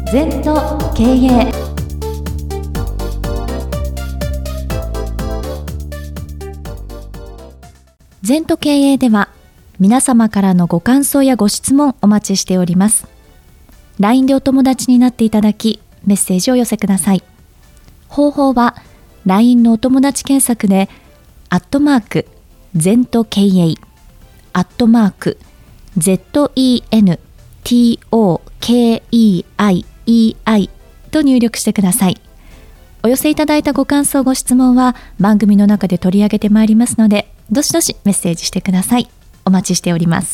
禅と経営。禅と経営では皆様からのご感想やご質問お待ちしております。 LINE でお友達になっていただきメッセージを寄せください。方法は LINE のお友達検索で禅と経営ZENTOKEIEI と入力してください。お寄せいただいたご感想ご質問は番組の中で取り上げてまいりますので、どしどしメッセージしてください。お待ちしております。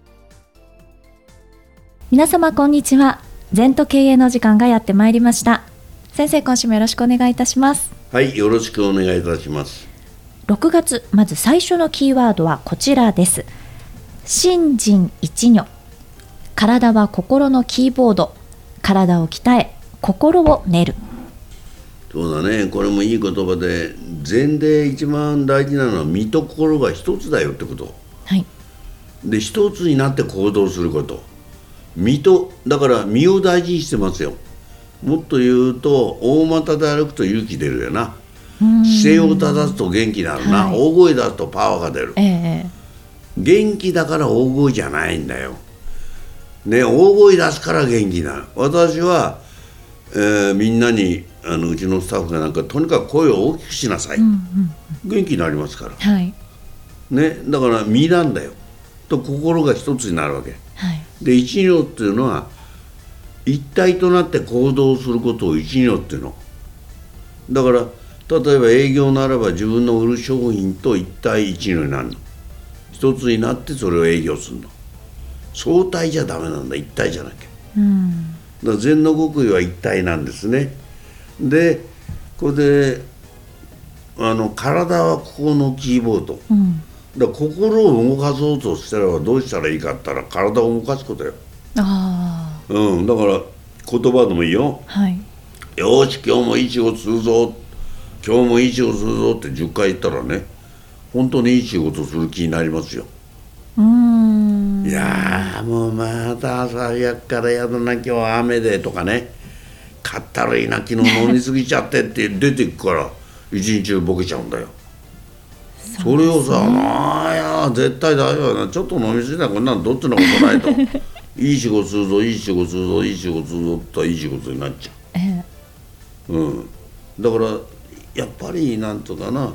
皆様こんにちは。禅と経営の時間がやってまいりました。先生、今週もよろしくお願いいたします。 はい、よろしくお願いいたします。 6月、まず最初のキーワードはこちらです。心身一如。体は心のキーボード。体を鍛え、心を練る。 そうだね、これもいい言葉で、禅で一番大事なのは身と心が一つだよってこと。 はい。 で、一つになって行動すること。だから身を大事にしてますよ。もっと言うと、大股で歩くと勇気出るよな。姿勢を正すと元気になるな、はい、大声出すとパワーが出る、元気だから大声じゃないんだよ、ね、大声出すから元気になる。私は、みんなにうちのスタッフがなんかとにかく声を大きくしなさい、元気になりますから、 はいね、だから身なんだよと心が一つになるわけ、 はい、 で一如っていうのは一体となって行動することを一如っていうのだから、例えば営業ならば自分の売る商品と一対一になるの。一つになってそれを営業するの。相対じゃダメなんだ、一体じゃなきゃ。だから禅の極意は一体なんですね。で、これで体はここのキーボード、だから心を動かそうとしたらどうしたらいいかって言ったら体を動かすことよ。だから言葉でもいいよ、はい、よし今日もいい仕事するぞ、今日もいい仕事するぞって10回言ったらね、本当にいい仕事する気になりますよ。いやーもうまた朝早くからやだな、今日は雨でとかね、かったるいな、昨日飲みすぎちゃってって出ていくから一日中ボケちゃうんだよ。それをさ、いや絶対大丈夫だな、ちょっと飲みすぎたらこんなのどっちのことないといい仕事するぞ、いい仕事するぞ、いい仕事するぞっていい仕事になっちゃう、だからやっぱりなんとかな、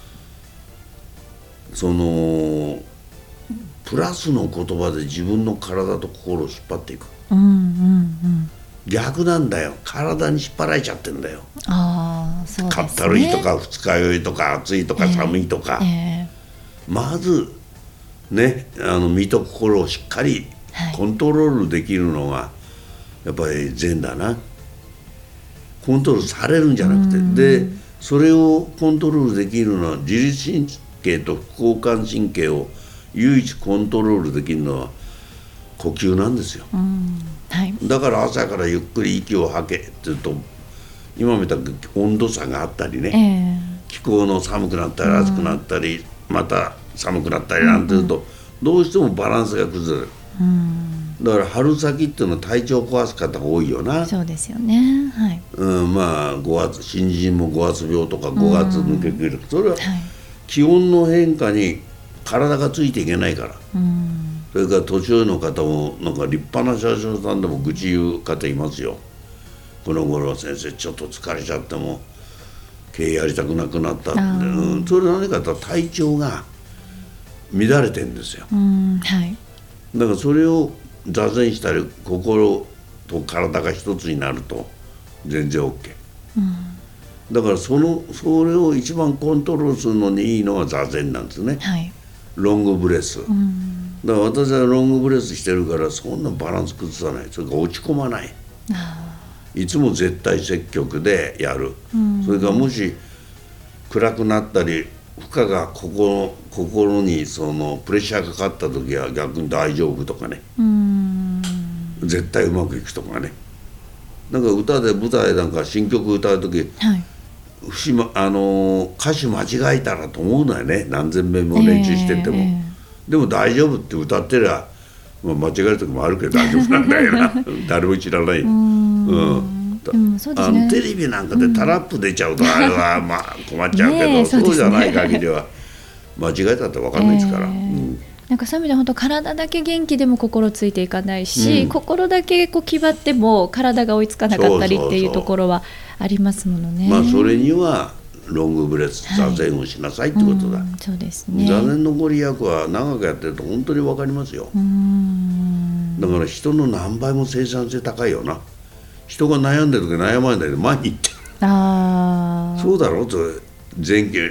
プラスの言葉で自分の体と心を引っ張っていく、逆なんだよ、体に引っ張られちゃってんだよ。そうですね、かったるいとか二日酔いとか暑いとか寒いとか、まずね、身と心をしっかりコントロールできるのがやっぱり禅だな。コントロールされるんじゃなくて、でそれをコントロールできるのは自律神経と副交感神経を唯一コントロールできるのは呼吸なんですよ、だから朝からゆっくり息を吐けって言うと、今みたく温度差があったりね、気候の寒くなったり暑くなったり、また寒くなったりなんていうと、どうしてもバランスが崩れる、だから春先っていうのは体調を壊す方が多いよな。 そうですよね、はい、 まあ5月新人も5月病とか5月抜け切る、それは気温の変化に体がついていけないから、それから年寄りの方もなんか立派な車掌さんでも愚痴言う方いますよ。この頃は先生ちょっと疲れちゃっても経営やりたくなくなったって、それ何かと体調が乱れてんですよ、だからそれを座禅したり心と体が一つになると全然 OK、だからそれを一番コントロールするのにいいのは座禅なんですね、ロングブレス、だから私はロングブレスしてるからそんなバランス崩さない、それから落ち込まない、いつも絶対積極でやる、それからもし暗くなったり負荷が心にプレッシャーかかった時は逆に大丈夫とかね、絶対うまくいくとかね、なんか歌で舞台なんか新曲歌う時、歌詞間違えたらと思うのよね、何千遍も練習してても、でも大丈夫って歌ってりゃ間違える時もあるけど大丈夫なんだよな誰も知らない。 そうですね、 テレビなんかでタラップ出ちゃうとあれはまあ困っちゃうけど、そうじゃない限りは間違えたって分かんないですから、 なんかそういう意味で本当体だけ元気でも心ついていかないし、心だけこう気張っても体が追いつかなかったりっていうところはありますものね。 それにはロングブレス、座禅をしなさいってことだ。 そうですね。 座禅のご利益は長くやってると本当に分かりますよ。だから人の何倍も生産性高いよな。人が悩んでる時悩まないで前に行ってる。そうだろうと。前期は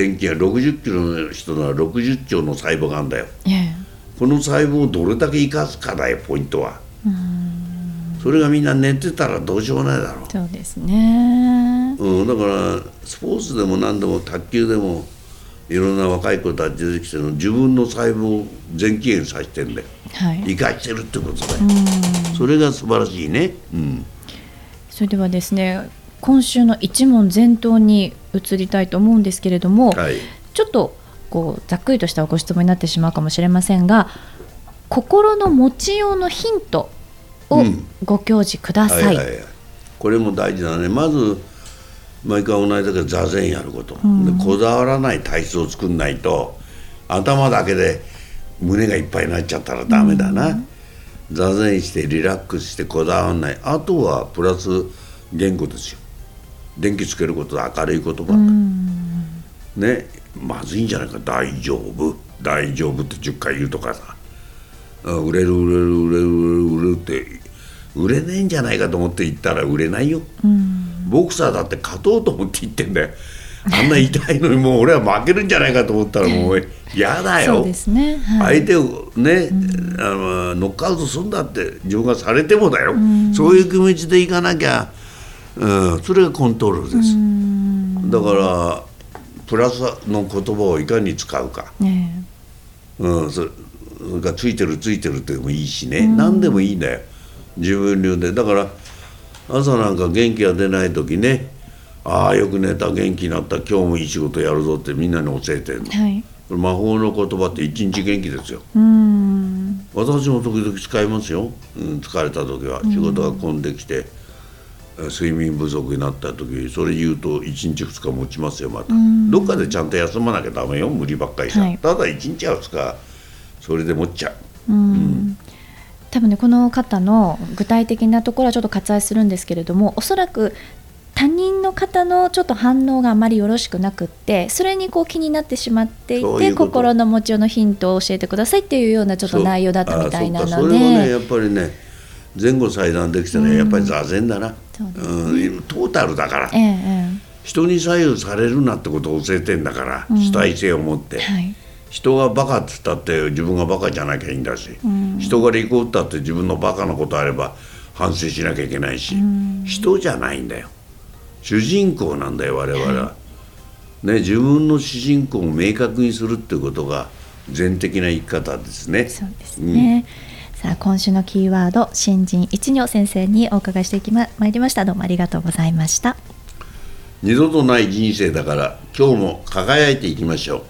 60キロの人なら60兆の細胞があるんだよ、この細胞をどれだけ生かすかだよポイントは。それがみんな寝てたらどうしようもないだろう。 そうですね、 だからスポーツでも何でも卓球でもいろんな若い子たち出てきてるの自分の細胞を全起源させてるんだよ、生かしてるってことだよ。それが素晴らしいね、 それではですね、今週の一問全答に移りたいと思うんですけれども、ちょっとこうざっくりとしたご質問になってしまうかもしれませんが、心の持ちようのヒントをご教示ください。 これも大事だね。まず毎回同じだけど座禅やること、でこだわらない体質を作んないと頭だけで胸がいっぱいになっちゃったらダメだな、座禅してリラックスしてこだわらない。あとはプラス言語ですよ。電気つけることで明るい言葉、ね、まずいんじゃないか。大丈夫大丈夫って10回言うとかさ、売れる売れる売れる売れるって売れねえんじゃないかと思って言ったら売れないよ、ボクサーだって勝とうと思って言ってんだよ。あんな痛いのにもう俺は負けるんじゃないかと思ったらもう嫌だよ。 そうですね、 相手をね、ノックアウトするんだって自分がされてもだよ、そういう気持ちでいかなきゃ、それがコントロールです。だからプラスの言葉をいかに使うか、それがついてるついてるってもいいしね、何でもいいんだよ自分流で。だから朝なんか元気が出ない時ね、よく寝た元気になった今日もいい仕事やるぞってみんなに教えてるの、これ魔法の言葉って一日元気ですよ。私も時々使いますよ、疲れた時は仕事が混んできて、睡眠不足になった時それ言うと1日2日持ちますよ。またどっかでちゃんと休まなきゃダメよ、無理ばっかりさ、ただ1日や2日それで持っちゃう。 多分ね、この方の具体的なところはちょっと割愛するんですけれども、おそらく他人の方のちょっと反応があまりよろしくなくって、それにこう気になってしまっていて、心の持ちようのヒントを教えてくださいっていうようなちょっと内容だったみたいなので、 それはねやっぱりね前後裁断できたらやっぱり座禅だな、トータルだから、人に左右されるなってことを教えてんだから、主体性を持って、人がバカって言ったって自分がバカじゃなきゃいいんだし、人が利口って言ったって自分のバカなことあれば反省しなきゃいけないし、人じゃないんだよ、主人公なんだよ我々は、自分の主人公を明確にするっていうことが全的な生き方ですね。 そうですね、さあ今週のキーワード、新人一如先生にお伺いしてまいりました。どうもありがとうございました。 二度とない人生だから今日も輝いていきましょう。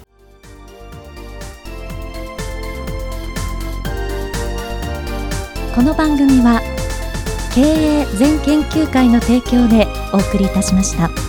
この番組は経営全研究会の提供でお送りいたしました。